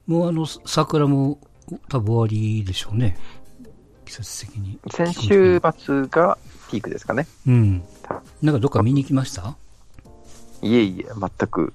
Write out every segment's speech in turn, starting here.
もう桜も多分終わりでしょうね。季節的に。 先週末がピークですかね。 うん。なんかどっか見に行きました？ いえいえ、全く。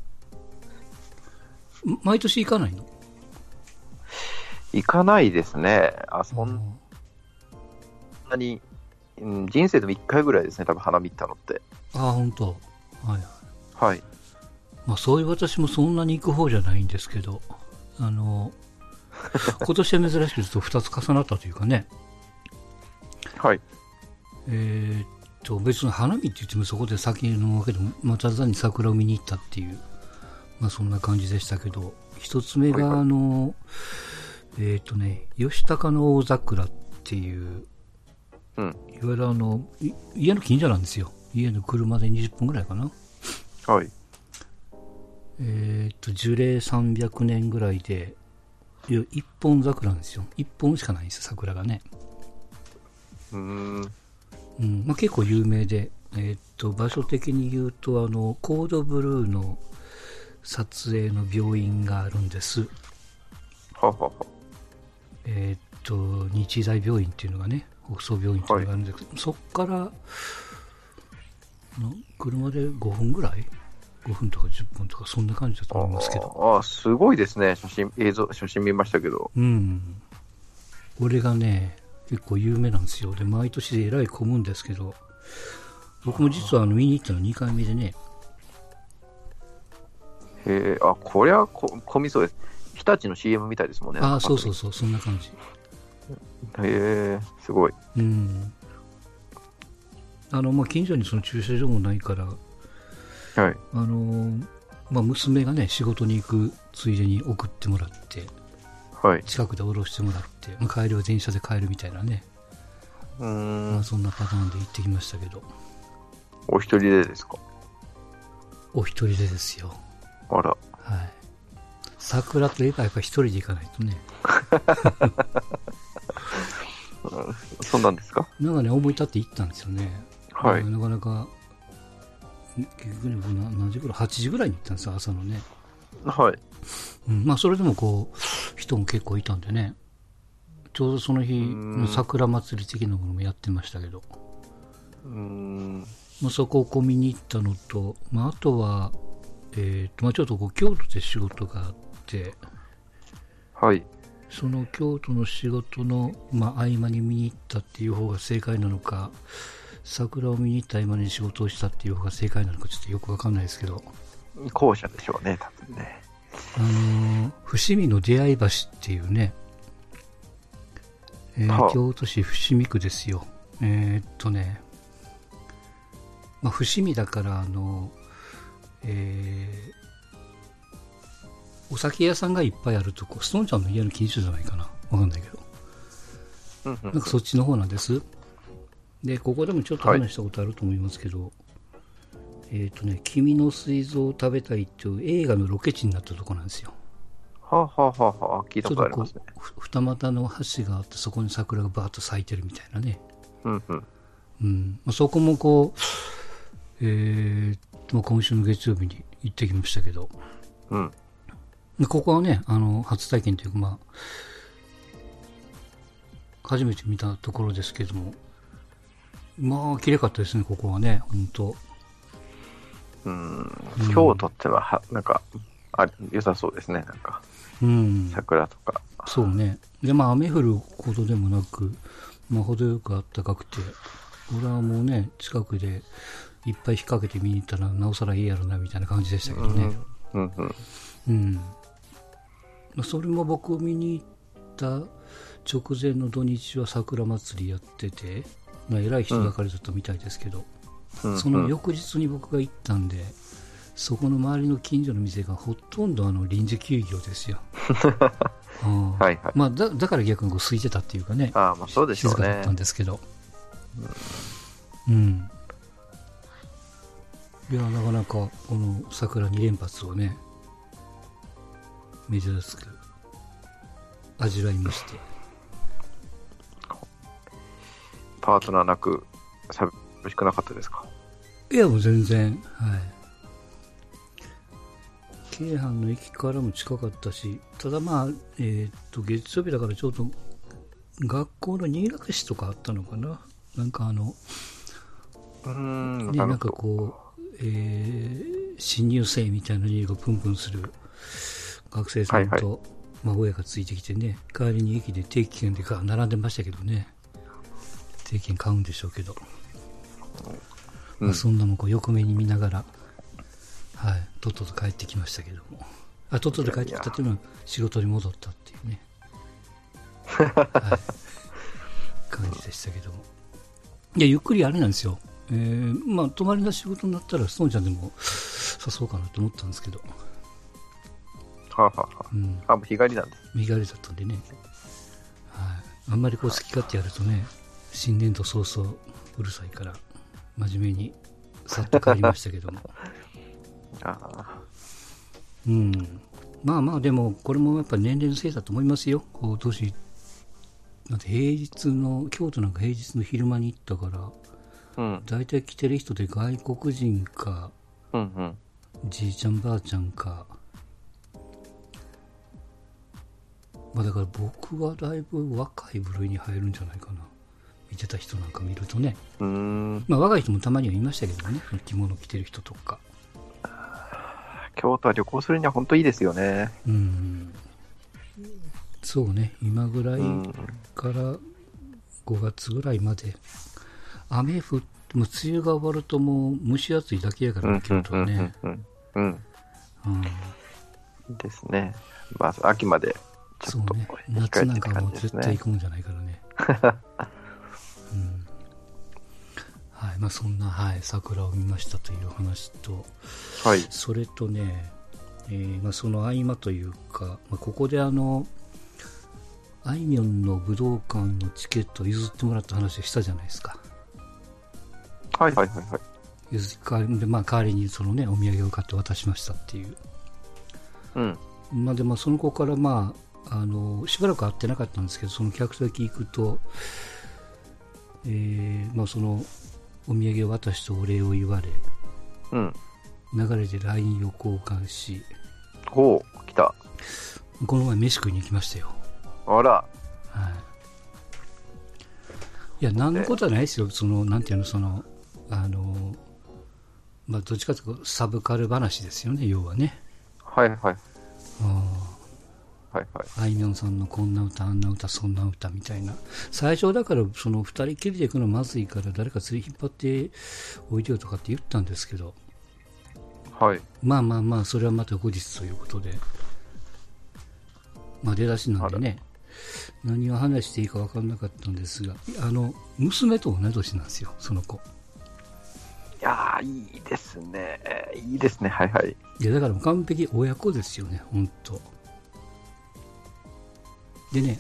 毎年行かないの？ 行かないですね。そんなに、人生でも1回ぐらいですね、多分花見行ったのって。 本当。はい。 はい。 まあそういう私もそんなに行く方じゃないんですけど、今年は珍しくちょっと2つ重なったというかね。 はい。 別に花見って言ってもそこで酒飲むわけでも、まあ、ただ単に桜を見に行ったっていう、まあそんな感じでしたけど、一つ目が吉高の大桜っていう、 うん、 いわゆる家の近所なんですよ。家の車で20分ぐらいかな。 はい。 樹齢300年ぐらいで、一本桜なんですよ。一本しかないんですよ、桜がね。まあ、結構有名で、場所的に言うとコードブルーの撮影の病院があるんです。 ははは。 日大病院っていうのがね、北総病院っていうのがあるんですけど、はい、そっから車で5分ぐらい、5分とか10分とかそんな感じだと思いますけど。 すごいですね。写真見ましたけど。 これがね結構有名なんですよ。で毎年でえらい混むんですけど、僕も実は見に行ったの2回目でね。 へえ、こりゃ混みそうです。日立の CM みたいですもんね。 そうそうそう、そんな感じ。 へえ、すごい。 まあ、近所にその駐車場もないから、 はい。 まあ、娘がね仕事に行くついでに送ってもらって、 はい、 近くで降ろしてもらって、まあ、帰りは電車で帰るみたいなね。まあ、そんなパターンで行ってきましたけど。 お一人でですか？ お一人でですよ。 あら。 はい。桜といえばやっぱり一人で行かないとね。 そうなんですか？ なんかね、思い立って行ったんですよね。 はい。 なかなか、結局ね、何時ぐらい ?8 時ぐらいに行ったんですよ、朝のね。 はい。 まあ、それでも人も結構いたんでね。ちょうどその日、桜祭り的なものもやってましたけど。まあ、そこを見に行ったのと、まあ、あとは、まあ、ちょっと京都で仕事があって、 はい。 その京都の仕事の、まあ、合間に見に行ったっていう方が正解なのか、桜を見に行った合間に仕事をしたっていう方が正解なのかちょっとよくわかんないですけど。 後者でしょうね、多分ね。 伏見の出会い橋っていうね、京都市伏見区ですよ。まあ、伏見だからお酒屋さんがいっぱいあるとこ、ストーンちゃんの家の近所じゃないかな、わかんないけど、なんかそっちの方なんです。でここでもちょっと話したことあると思いますけど、君の膵臓を食べたいっていう映画のロケ地になったとこなんですよ。 聞いたことありますね。 二股の橋があって、そこに桜がバーッと咲いてるみたいなね。まあ、そこも今週の月曜日に行ってきましたけど、ここはね、初体験というか、まあ、初めて見たところですけども、まあ、綺麗かったですね、ここはね、本当。 京都ってはなんか良さそうですね、なんか。桜とか。 そうね。で、まあ、雨降るほどでもなく、まあ、程よく暖かくて、俺はもうね、近くでいっぱい引っ掛けて見に行ったら、なおさらいいやろな、みたいな感じでしたけどね。それも僕を見に行った直前の土日は桜祭りやってて、まあ、偉い人だかりだったみたいですけど、その翌日に僕が行ったんで、そこの周りの近所の店がほとんど臨時休業ですよ。まあ、だから逆に空いてたっていうかね、 まあそうでしょうね、 静かだったんですけど、いや、なかなかこの桜2連発をね、珍しく味わいまして。 パートナーなく寂しくなかったですか？ いや、もう全然、はい。 京阪の駅からも近かったし、ただまあ、月曜日だからちょうど学校の入学式とかあったのかな。なんかね、なんかこう、新入生みたいな匂いがプンプンする学生さんと、まあ、親がついてきてね、帰りに駅で定期券で並んでましたけどね。定期券買うんでしょうけど。まあ、そんなもんこう横目に見ながら、はい、とっとと帰ってきましたけども。とっとと帰ってきたっていうのは仕事に戻ったっていうね。はい、感じでしたけども。いや、ゆっくりあれなんですよ。まあ、泊まりの仕事になったら、ストーンちゃんでも誘おうかなと思ったんですけど。 はあ、はあ、うん、もう日帰りなんです。 日帰りだったんでね。はい。あんまりこう好き勝手やるとね、新年度早々うるさいから、真面目にさっと帰りましたけども。うん。まあまあ、でも、これもやっぱ年齢のせいだと思いますよ。今年、だって平日の、京都なんか平日の昼間に行ったから、大体来てる人で外国人か、じいちゃんばあちゃんか、まあだから僕はだいぶ若い部類に入るんじゃないかな。見てた人なんか見るとね。まあ若い人もたまにはいましたけどね。着物着てる人とか。 京都は旅行するには本当いいですよね。 そうね。今ぐらいから5月ぐらいまで。雨降って、もう梅雨が終わるともう蒸し暑いだけやからね、京都はね。 ですね。まあ秋まで。 そうね、夏なんかもう絶対行くもんじゃないからね。はい、まあそんな、はい、桜を見ましたという話と、 はい、 それとね、まあ、その合間というか、まあ、ここであいみょんの武道館のチケットを譲ってもらった話をしたじゃないですか。 はいはいはいはい。 で、まあ、代わりにそのね、お土産を買って渡しましたっていう。まあでもその子からまあしばらく会ってなかったんですけど、その客先行くと、まあ、そのお土産を渡してお礼を言われ、流れで LINE を交換し、 来た。 この前飯食いに行きましたよ。 あら。はい。 いや、なんのことはないですよ。その、なんていうの、まあ、どっちかというとサブカル話ですよね、要はね。 はいはい。 あいみょんさんのこんな歌、あんな歌、そんな歌みたいな。最初だからその2人きりで行くのまずいから誰か連れ引っ張っておいでよとかって言ったんですけど、まあまあまあそれはまた後日ということで、まあ出だしなんでね、何を話していいか分からなかったんですが、娘と同い年なんですよ、その子。 いやー、いいですね、いいですね、はいはい。 いやだから完璧親子ですよね、本当。でね、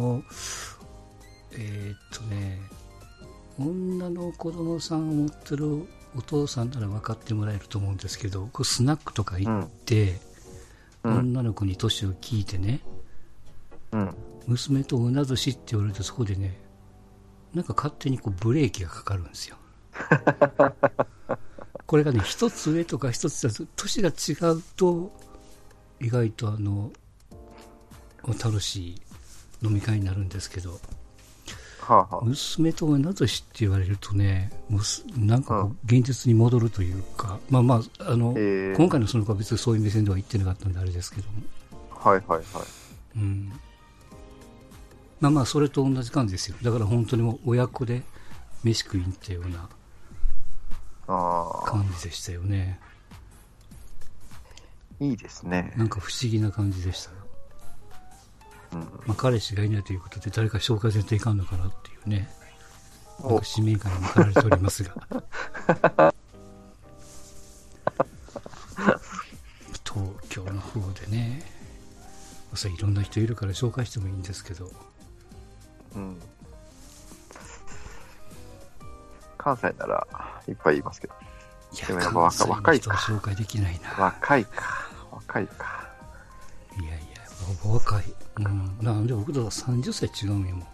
女の子供さんを持ってるお父さんなら分かってもらえると思うんですけど、こうスナックとか行って、女の子に年を聞いてね、娘と同い年って言われるとそこでね、なんか勝手にこうブレーキがかかるんですよ。これがね、一つ上とか一つ下、年が違うと意外と楽しい飲み会になるんですけど、娘と同い年って言われるとね、もうなんかこう現実に戻るというか、まあまあ今回のその子は別にそういう目線では言ってなかったんであれですけども、まあまあそれと同じ感じですよ。だから本当にもう親子で飯食いに行ったような感じでしたよね。 いいですね。 なんか不思議な感じでしたよ。まあ、彼氏がいないということで誰か紹介せんといかんのかなっていうね、なんか使命感に駆られておりますが東京の方でね、いろんな人いるから紹介してもいいんですけど、 関西ならいっぱいいますけど、 いや関西の人は紹介できないな。 若いか。 いやいや若い。なんで僕とは30歳違うんやもん。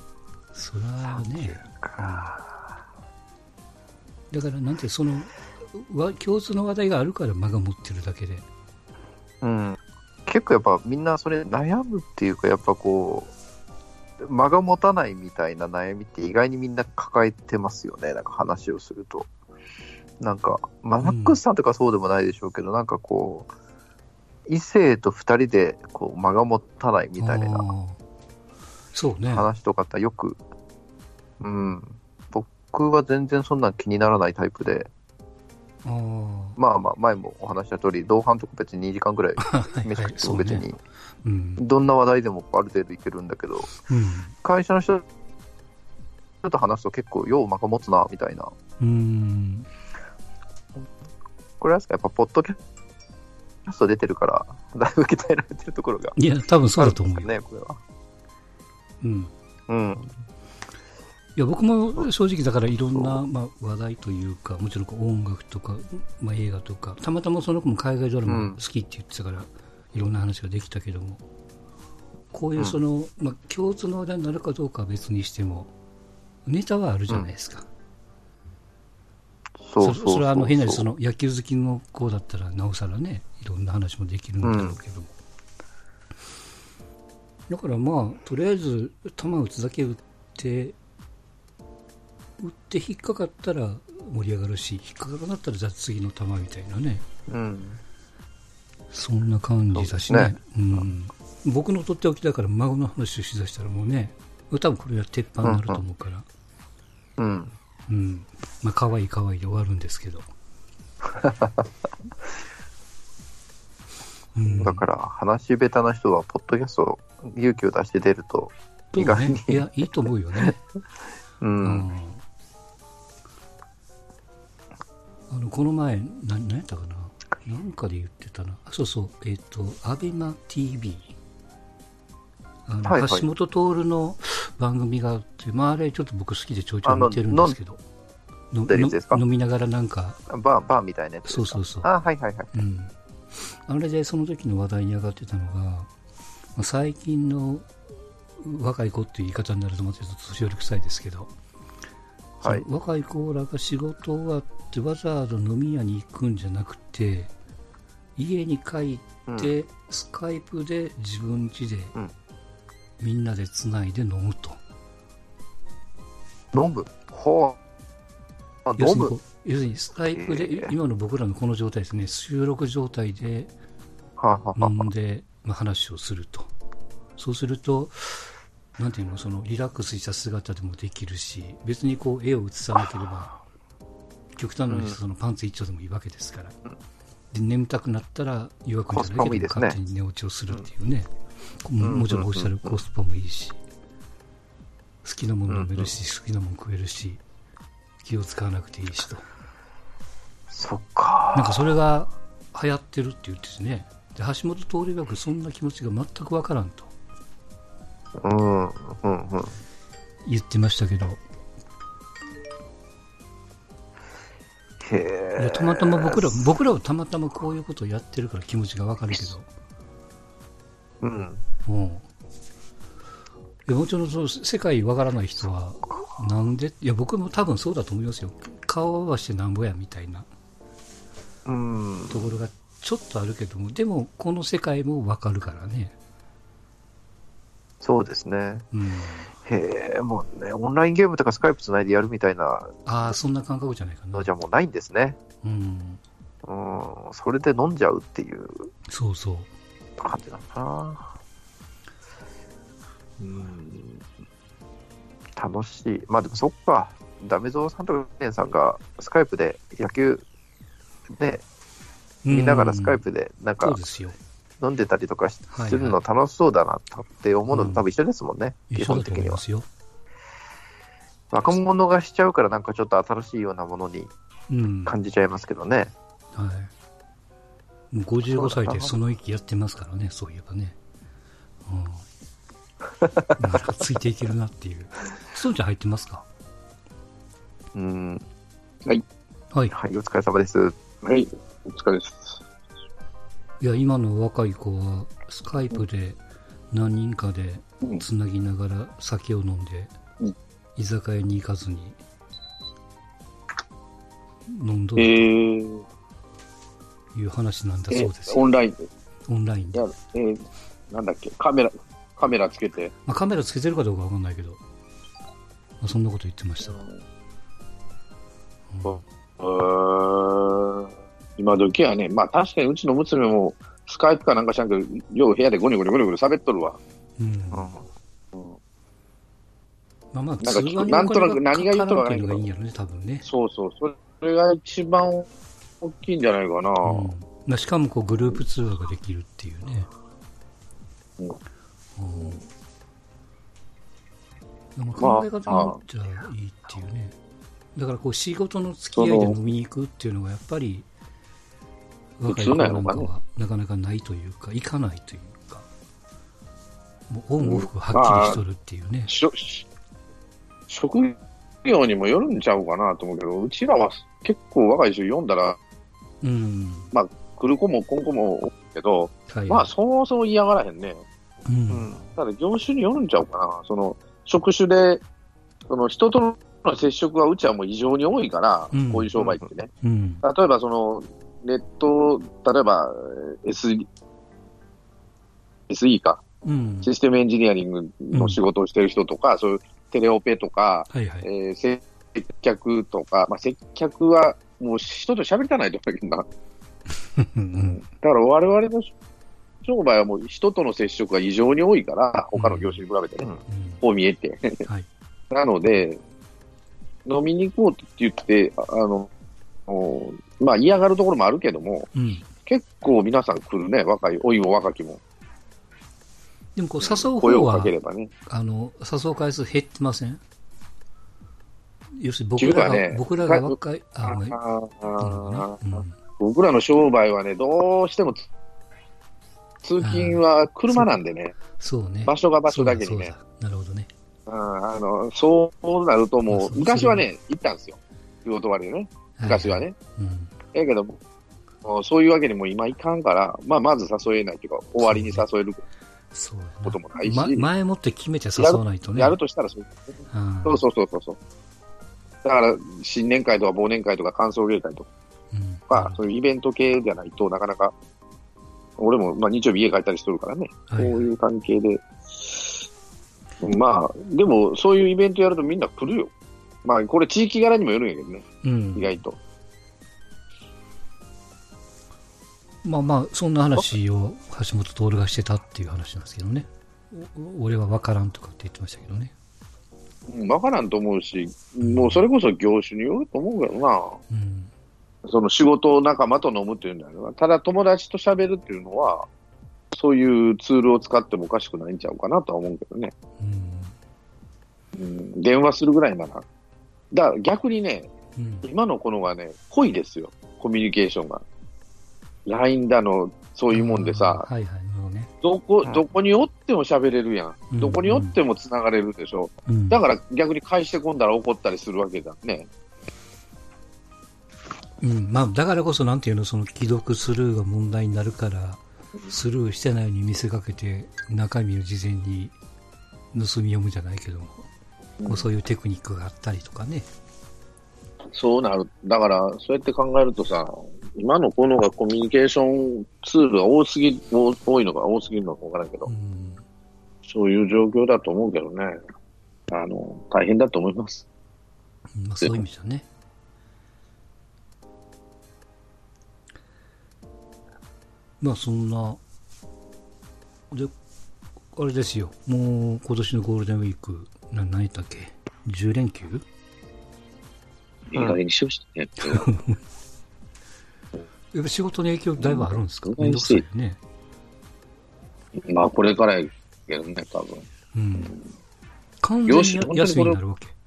そらね。だからなんてその共通の話題があるから間が持ってるだけで。 うん。結構やっぱみんなそれ悩むっていうか、やっぱこう、間が持たないみたいな悩みって意外にみんな抱えてますよね。なんか話をすると。なんか、マックスさんとかそうでもないでしょうけど、なんかこう、異性と二人でこう間が持たないみたいなそうね。 話とかってよく、うん。僕は全然そんな気にならないタイプで、まあまあ前もお話した通り、同伴とか別に2時間ぐらい飯食っても別に、どんな話題でもある程度いけるんだけど、会社の人と話すと結構よう間が持つなみたいな。これはやっぱポッドキャスト出てるからだいぶ鍛えられてるところが、 いや多分そうだと思うよね、これは。 いや僕も正直だからいろんな、話題というか、もちろん音楽とか、映画とか、たまたまその子も海外ドラマ好きって言ってたから、いろんな話ができたけども、こういうその、共通の話題になるかどうかは別にしてもネタはあるじゃないですか。それは変なその野球好きの子だったらなおさらね、いろんな話もできるんだろうけども、だからとりあえず球打つだけ打って引っかかったら盛り上がるし、引っかからなかったらじゃあ次の球みたいなね、そんな感じだしね。僕のとっておきだから孫の話をしだしたらもうね、多分これは鉄板になると思うから、可愛い可愛いで終わるんですけどだから話下手な人はポッドキャスト勇気を出して出ると意外に、 いやいいと思うよね。この前何やったかな、なんかで言ってたな、そうそう、アベマ TV、橋本徹の番組があって、あれちょっと僕好きでちょいちょい見てるんですけど、飲みながらなんかバーみたいなやつですか。 そうはいはいはい、 あれでその時の話題に上がってたのが、最近の若い子っていう言い方になると思って年寄り臭いですけど、若い子らが仕事終わってわざわざ飲み屋に行くんじゃなくて、家に帰ってスカイプで自分家でみんなでつないで飲むと。 飲む？飲む？ 要するにスカイプで、今の僕らのこの状態ですね、収録状態で飲んで、話をすると。そうするとなんていうの、そのリラックスした姿でもできるし、別にこう絵を写さなければ極端なそのパンツ一丁でもいいわけですから、で眠たくなったら誘惑じゃないけど勝手に寝落ちをするっていうね、もちろんおっしゃるコスパもいいし、好きなもの飲めるし、好きなもの食えるし、気を使わなくていいしと。 そっか。 なんかそれが流行ってるって言っててね、で橋本徹曰くそんな気持ちが全くわからんと言ってましたけど、いやたまたま僕らはたまたまこういうことをやってるから気持ちがわかるけど、いやもちろんその世界わからない人はなんで、いや僕も多分そうだと思いますよ。顔を合わせてなんぼやみたいなところがちょっとあるけども、でもこの世界もわかるからね。 そうですね。もうね、オンラインゲームとかスカイプつないでやるみたいな、 そんな感覚じゃないかな。 じゃもうないんですね。それで飲んじゃうっていう感じなんだな。楽しい。でもそっか、ダメゾウさんとかケンさんがスカイプで野球ね、見ながらスカイプでなんか飲んでたりとかするの楽しそうだなって思うのと多分一緒ですもんね、基本的には。若者がしちゃうからなんかちょっと新しいようなものに感じちゃいますけどね。 もう55歳でその域やってますからね、そういえばね。なんかついていけるなっていう。ストーンちゃん入ってますか？ はい、お疲れ様です。 はい、お疲れです。 いや、今の若い子はスカイプで何人かでつなぎながら酒を飲んで、居酒屋に行かずに飲んどるという話なんだそうですよ。 オンラインで。 オンラインで。 なんだっけ、カメラつけて。 まあ、カメラつけてるかどうかわかんないけど、まあ、そんなこと言ってましたわ。 今時はね、まあ確かにうちの娘もスカイプかなんかしらんけど、よう部屋でゴニョゴニョゴニョゴニョ喋っとるわ。 まあまあ、通話にお金なんとなく何がいいとかかからんっていうのがいいんやろね、多分ね。 そう。それが一番大きいんじゃないかな。 まあ、しかもこうグループ通話ができるっていうね。でも考え方によっちゃいいっていうね。だからこう仕事の付き合いで飲みに行くっていうのがやっぱり若い子なんかはなかなかないというか、行かないというか、もうオンオフがはっきりしとるっていうね。 職業にもよるんちゃうかなと思うけど、うちらは結構若い人読んだら、まあ来る子も来ん子も多いけど、まあそもそも嫌がらへんね。ただ業種によるんちゃうかな。その職種で、その人との接触はうちはもう異常に多いから、こういう商売ってね。例えばそのネット、例えば SE か、システムエンジニアリングの仕事をしてる人とか、そういうテレオペとか、接客とか、まあ、接客はもう人と喋りたないと思うけどな。だから我々の商売はもう人との接触が異常に多いから、他の業種に比べてね、こう見えて。なので、飲みに行こうって言って、まあ嫌がるところもあるけども、結構皆さん来るね、若い、老いも若きも。 でもこう誘う声を方は、 かければね。 誘う回数減ってません？要するに僕らが若い、 僕らの商売はね、どうしても通勤は車なんでね、 そうね、 場所が場所だけにね。 なるほどね。 そうなるともう、昔はね、行ったんですよ。仕事終わりでね。昔はね。だけど、そういうわけにも今いかんから、まあ、まず誘えないというか、終わりに誘えることもないし。 前もって決めて誘わないとね。 やるとしたらそう。そう。だから、新年会とか忘年会とか歓送迎会とか、そういうイベント系じゃないとなかなか、俺も、まあ、日曜日家帰ったりしてるからね。こういう関係で。まあ、でも、そういうイベントやるとみんな来るよ。まあ、これ地域柄にもよるんやけどね。意外と。 まあまあ、そんな話を橋本徹がしてたっていう話なんですけどね。俺は分からんとかって言ってましたけどね。 分からんと思うし、もうそれこそ業種によると思うけどな。その仕事仲間と飲むっていうんだよな。ただ友達と喋るっていうのは、そういうツールを使ってもおかしくないんちゃうかなとは思うけどね。電話するぐらいなら。だから逆にね、今の子のがね、濃いですよ。コミュニケーションが。LINE だの、そういうもんでさ、どこにおっても喋れるやん。どこにおっても繋がれるでしょ。だから逆に返してこんだら怒ったりするわけだね。 まあ、だからこそなんていうの、その既読スルーが問題になるから、スルーしてないように見せかけて中身を事前に盗み読むじゃないけども、そういうテクニックがあったりとかね。 そうなる。だから、そうやって考えるとさ、今のこのがコミュニケーションツールが多いのが多すぎるのかわからんけど、そういう状況だと思うけどね。大変だと思います。 まあ、そういう意味だね。まあそんな、で、あれですよ、もう今年のゴールデンウィーク、何やったっけ ?10 連休いい加減にしてほしいね。 やっぱ仕事の影響だいぶあるんですか？めんどくさいよね。 まあこれからやけどね、多分。 完全に休みになるわけ。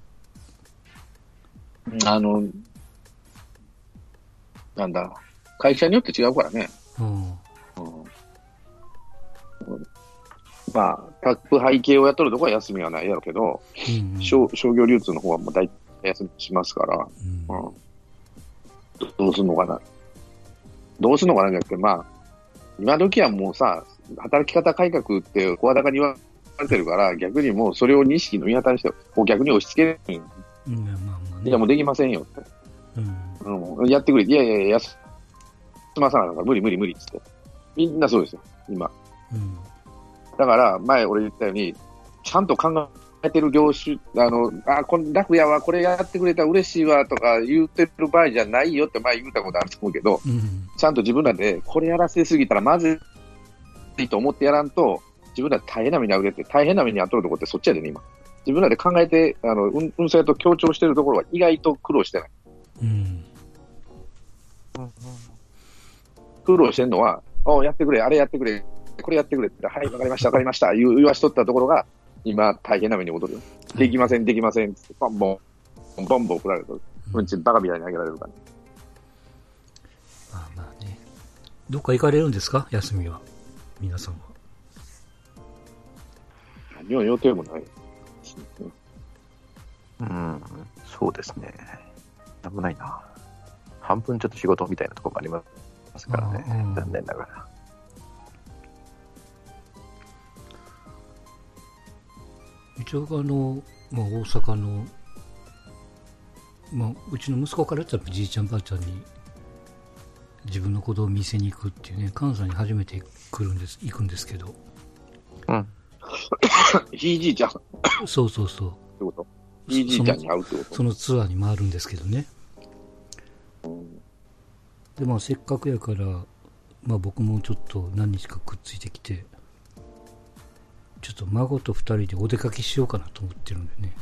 なんだ、会社によって違うからね。まあ、宅配系をやっとるとこは休みはないやろうけど、商業流通の方はもう大体休みしますから、どうすんのかな。どうすんのかなじゃなくて、まあ、今時はもうさ、働き方改革って声高に言われてるから、逆にもうそれを認識の見当たりして、逆に押し付ける。いや、もうできませんよって。 やってくれ。いやいやいや、休まさないから無理無理無理っつって。みんなそうですよ、今。だから、前俺言ったように、ちゃんと考えてる業種、これ楽やわ、これやってくれたら嬉しいわとか言ってる場合じゃないよって前言ったことあると思うけど、ちゃんと自分らでこれやらせすぎたらまずいと思ってやらんと、自分らで大変な目に遭うでって、大変な目に遭っとるところってそっちやでね、今。自分らで考えて、運勢と強調してるところは意外と苦労してない。苦労してるのは、やってくれ、あれやってくれ、これやってくれって、はい、わかりました、わかりました、言わしとったところが、今、大変な目に戻るよ。できません、できませんって、ボンボン、ボンボン振られると、うんちバカみたいにあげられるから、ね。 まあね。どっか行かれるんですか、休みは。皆さんは。 何も予定もない。 そうですね。なんもないな。半分ちょっと仕事みたいなところもありますからね。残念ながら。 一応大阪の、うちの息子から言ったらじいちゃんばあちゃんに自分の子供を見せに行くっていうね、関西に初めて行くんですけど。 ひいじいちゃん。 そうそうそう。 ってこと？ひいじいちゃんに会うってこと？ そのツアーに回るんですけどね。で、せっかくやから、僕もちょっと何日かくっついてきて、ちょっと孫と2人でお出かけしようかなと思ってるんでね。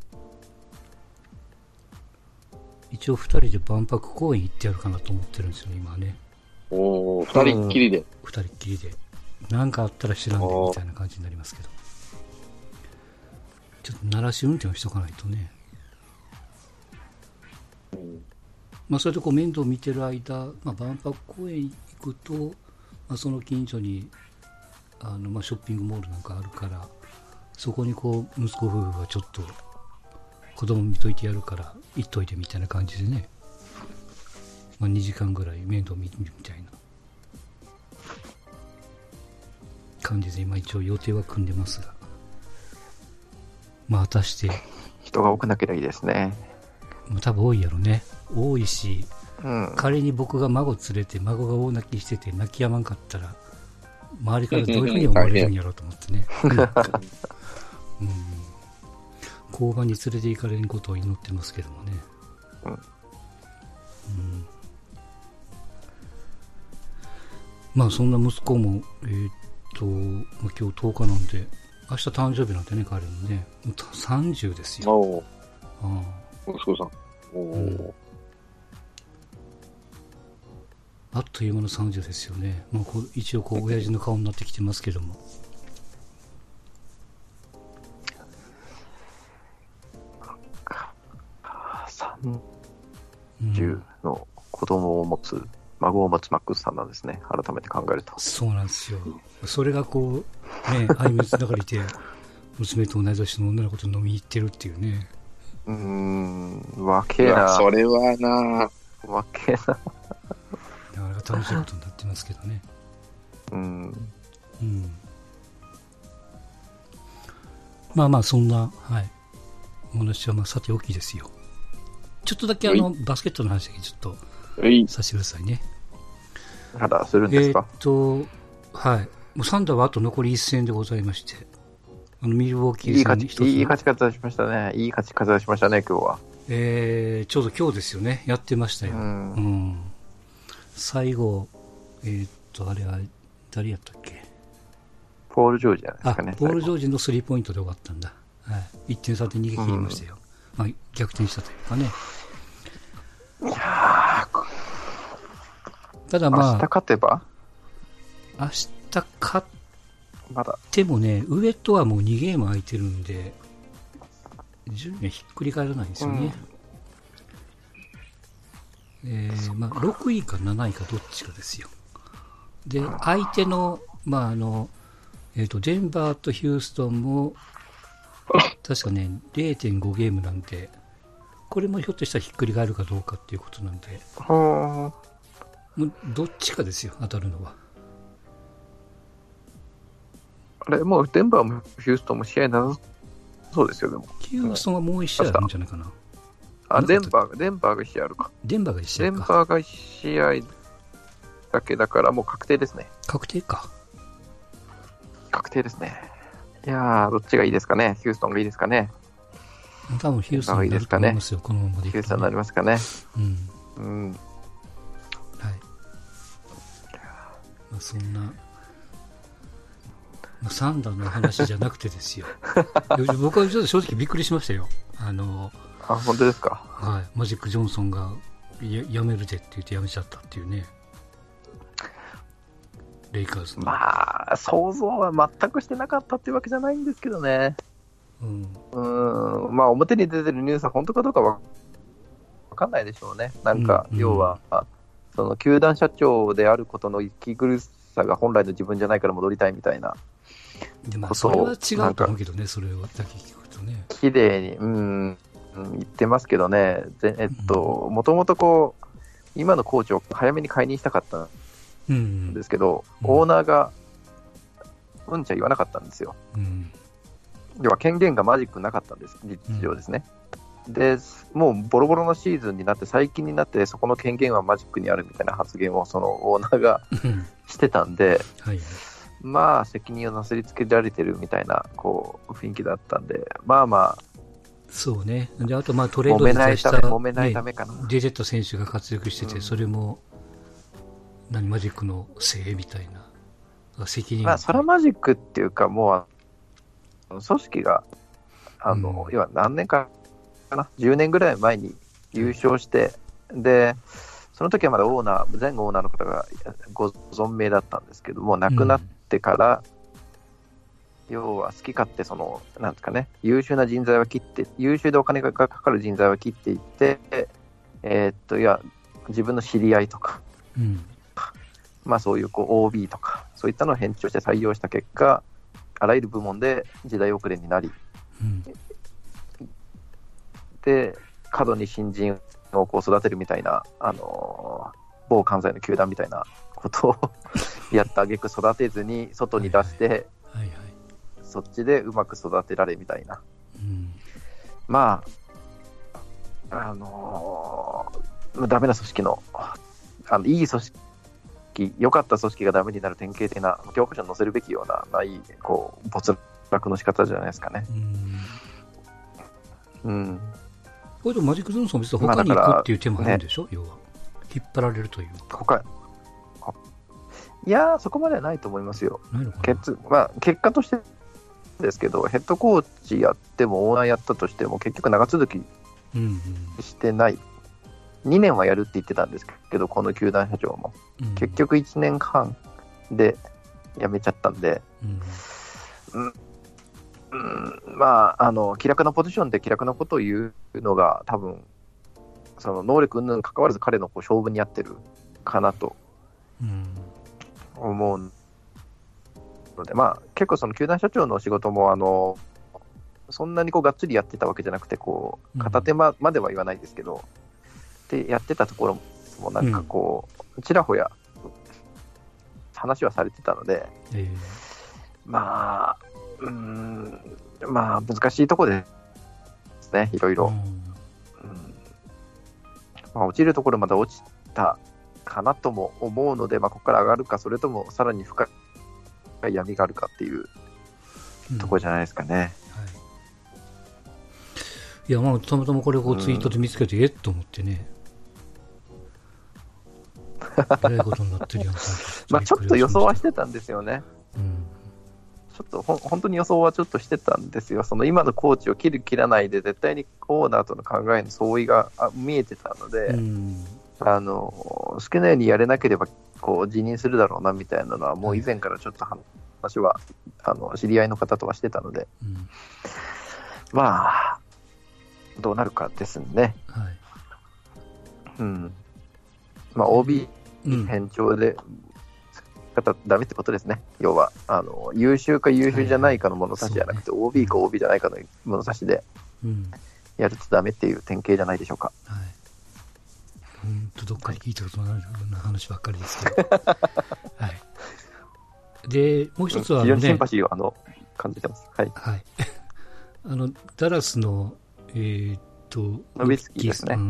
一応2人で万博公園行ってやるかなと思ってるんですよね、今はね。 2人っきりで。 2人っきりで。なんかあったら知らんでみたいな感じになりますけど。ちょっと鳴らし運転をしとかないとね。それで面倒見てる間、万博公園行くと、その近所にショッピングモールなんかあるから、そこに息子夫婦がちょっと子供見といてやるから行っといてみたいな感じでね、2時間ぐらい面倒見るみたいな感じで今一応予定は組んでますが、果たして人が多くなければいいですね。 多分多いやろね。多いし、仮に僕が孫連れて孫が大泣きしてて泣き止まんかったら周りからどういうふうに思われるんやろうと思ってね。交番に連れて行かれることを祈ってますけどもね。そんな息子も、今日10日なんで、明日誕生日なんてね、彼もね、30ですよ。 息子さん。 あっという間の30ですよね。一応親父の顔になってきてますけども。 30の子供を持つ、孫を持つマックスさんなんですね。改めて考えると。 そうなんですよ。それが相見つながりで、娘と同い年の女の子と飲みに行ってるっていうね。 わけな。 それはな。 わけな。 なかなか楽しいことになってますけどね。そんな、お話はさておきですよ。ちょっとだけバスケットの話だけちょっとさせてくださいね。 まだするんですか？ もうサンダーはあと残り1戦でございまして、ミルウォーキー戦に一つ。 いい勝ち方しましたね。いい勝ち方しましたね、今日は。 ちょうど今日ですよね。やってましたよ。最後、あれは誰やったっけ？ ポール・ジョージじゃないですかね。 ポール・ジョージのスリーポイントで終わったんだ。1点差で逃げ切りましたよ。逆転したというかね。ただ明日勝てば？ 明日勝ってもね、上とはもう2ゲーム空いてるんで、順位はひっくり返らないんですよね。6位か7位かどっちかですよ。で、相手の、デンバーとヒューストンも、確かね、0.5 ゲームなんで、これもひょっとしたらひっくり返るかどうかっていうことなんで、もうどっちかですよ、当たるのは。 あれ、もうデンバーもヒューストンも試合なさそうですよ、でも。 ヒューストンはもう1試合あるんじゃないかな。 デンバーが1試合あるか。 デンバーが1試合か。 デンバーが1試合だけだからもう確定ですね。 確定か。 確定ですね。いやー、どっちがいいですかね。ヒューストンがいいですかね。 多分ヒューストンになると思いますよ、このままでいくと、ね。 ヒューストンになりますかね。 うん。うん。はい。まあ、そんな、まあ、サンダーの話じゃなくてですよ。僕はちょっと正直びっくりしましたよ。 本当ですか。 はい。マジック・ジョンソンが辞めるぜって言って辞めちゃったっていうね。レイカーズの。 まあ、想像は全くしてなかったっていうわけじゃないんですけどね。まあ、表に出てるニュースは本当かどうかわかんないでしょうね。なんか、要は、その球団社長であることの息苦しさが本来の自分じゃないから戻りたいみたいな。 でも、それは違うと思うけどね、それだけ聞くとね。 綺麗に、言ってますけどね、もともとこう、今のコーチを早めに解任したかったんですけど、オーナーが、ちゃ言わなかったんですよ。要は権限がマジックなかったんです、実情ですね。で、もうボロボロのシーズンになって、最近になって、そこの権限はマジックにあるみたいな発言を、そのオーナーがしてたんで、まあ、責任をなすりつけられてるみたいな、こう、雰囲気だったんで、まあまあ、 そうね。で、あと、まあ、トレードで出した、 揉めないためかな。 ジェジェット選手が活躍してて、それも、マジックのせいみたいな、責任。 まあ、それはマジックっていうか、もう、組織が、要は何年かな、10年ぐらい前に優勝して、で、その時はまだ前オーナーの方がご存命だったんですけども、亡くなってから、要は好き勝手なんですかね、優秀な人材は切って、優秀でお金がかかる人材は切っていって、自分の知り合いとか、まあそういうOB とか、そういったのを編長して採用した結果、あらゆる部門で時代遅れになり、で、過度に新人をこう育てるみたいな、某関西の球団みたいなことをやった挙句育てずに外に出して、そっちでうまく育てられみたいな。まあ、ダメな組織の、いい組織、良かった組織がダメになる典型的な、教科書に載せるべきような、ないこう没落の仕方じゃないですかね。 これでマジック・ジョンソンは別に他に行くっていう手もあるんでしょ、要は。引っ張られるという。 いやー、そこまではないと思いますよ。結果としてですけど、ヘッドコーチやっても、オーナーやったとしても、結局長続きしてない。2年はやるって言ってたんですけど、この球団社長も。結局1年半で辞めちゃったんで、まあ、気楽なポジションで気楽なことを言うのが、多分その能力云々に関わらず彼の勝負にやってるかなと思うので、まあ、結構その球団社長の仕事もそんなにがっつりやってたわけじゃなくて、片手間までは言わないですけど、でやってたところもなんかちらほや話はされてたので、まあ難しいところですね、いろいろ。落ちるところまで落ちたかなとも思うので、ここから上がるか、それともさらに深い闇があるかっていうところじゃないですかね。 いや、たまたまこれをツイートで見つけて、えっと思ってね。えらいことになってるやん。 ちょっと予想はしてたんですよね。ちょっと本当に予想はちょっとしてたんですよ。その今のコーチを切る切らないで絶対にオーナーとの考えの相違が見えてたので、好きなようにやれなければ辞任するだろうなみたいなのはもう以前からちょっと話は知り合いの方とはしてたので、まあどうなるかですね。OB 偏重でダメってことですね。要は優秀か優秀じゃないかの物差しじゃなくて、OB か OB じゃないかの物差しでやるとダメっていう典型じゃないでしょうか。 どっかで聞いたことのあるような話ばっかりですけど。で、もう一つは非常にシンパシーを感じてます。 ダラスの、 ノビツキですね。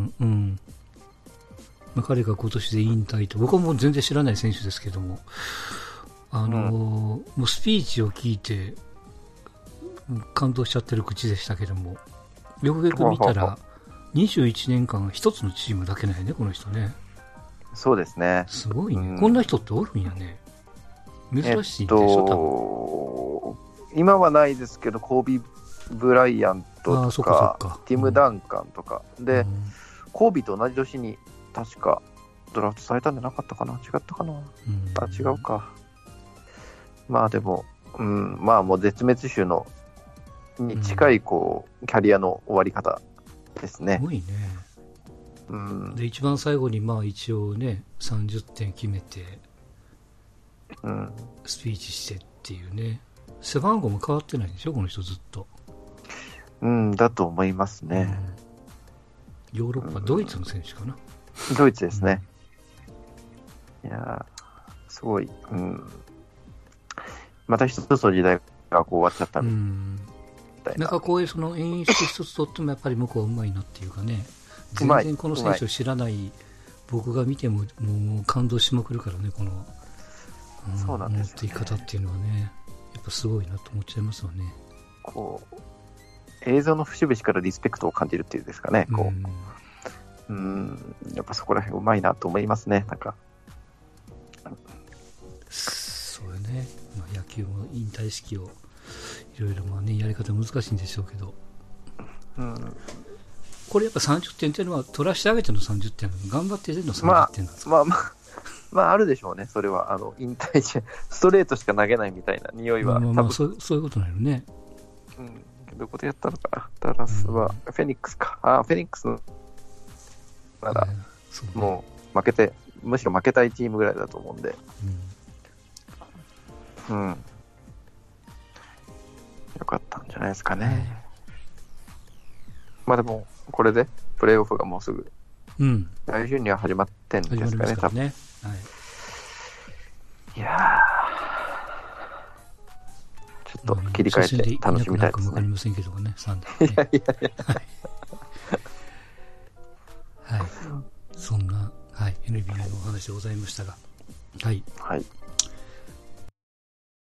彼が今年で引退と、僕はもう全然知らない選手ですけども、もうスピーチを聞いて、感動しちゃってる口でしたけども、よくよく見たら、21年間一つのチームだけなんやね、この人ね。 そうですね。 すごいね。こんな人っておるんやね。珍しいでしょ、 今はないですけど、コービー・ブライアントとか、ティム・ダンカンとか、で、コービーと同じ年に確かドラフトされたんじゃなかったかな、違ったかな、違うか。まあでも、まあもう絶滅種のに近いこう、キャリアの終わり方ですね。 すごいね。で一番最後にまあ一応ね30点決めて、スピーチしてっていうね。背番号も変わってないでしょこの人ずっと。 だと思いますね。 ヨーロッパ、ドイツの選手かな。 ドイツですね。いやすごい、また一つの時代がこう終わっちゃったみたいな。 なんかこういうその演出一つとってもやっぱり向こうはうまいなっていうかね。全然この選手を知らない僕が見てももう感動しまくるからね、この、 そうなんですね、持っていき方っていうのはね、やっぱすごいなと思っちゃいますよね。 こう映像の節々からリスペクトを感じるっていうんですかね。こうやっぱそこら辺うまいなと思いますね。なんかそうよね。野球も引退式をいろいろまあねやり方難しいんでしょうけど。これやっぱ30点っていうのは取らしてあげての30点なの、頑張って出るの30点なんですか。 まああるでしょうね。それは引退時ストレートしか投げないみたいな匂いは、 そういうことなのね。 どこでやったのかな。ダラスは、フェニックスか。フェニックスなら、もうむしろ負けたいチームぐらいだと思うんで。よかったんじゃないですかね。まあでも、これでプレーオフがもうすぐ、来週には始まってんですかね、多分。いやちょっと切り替えて楽しみたいですね。 わかりませんけどね、サンデー、いや。そんな、NBA のお話でございましたが。はい。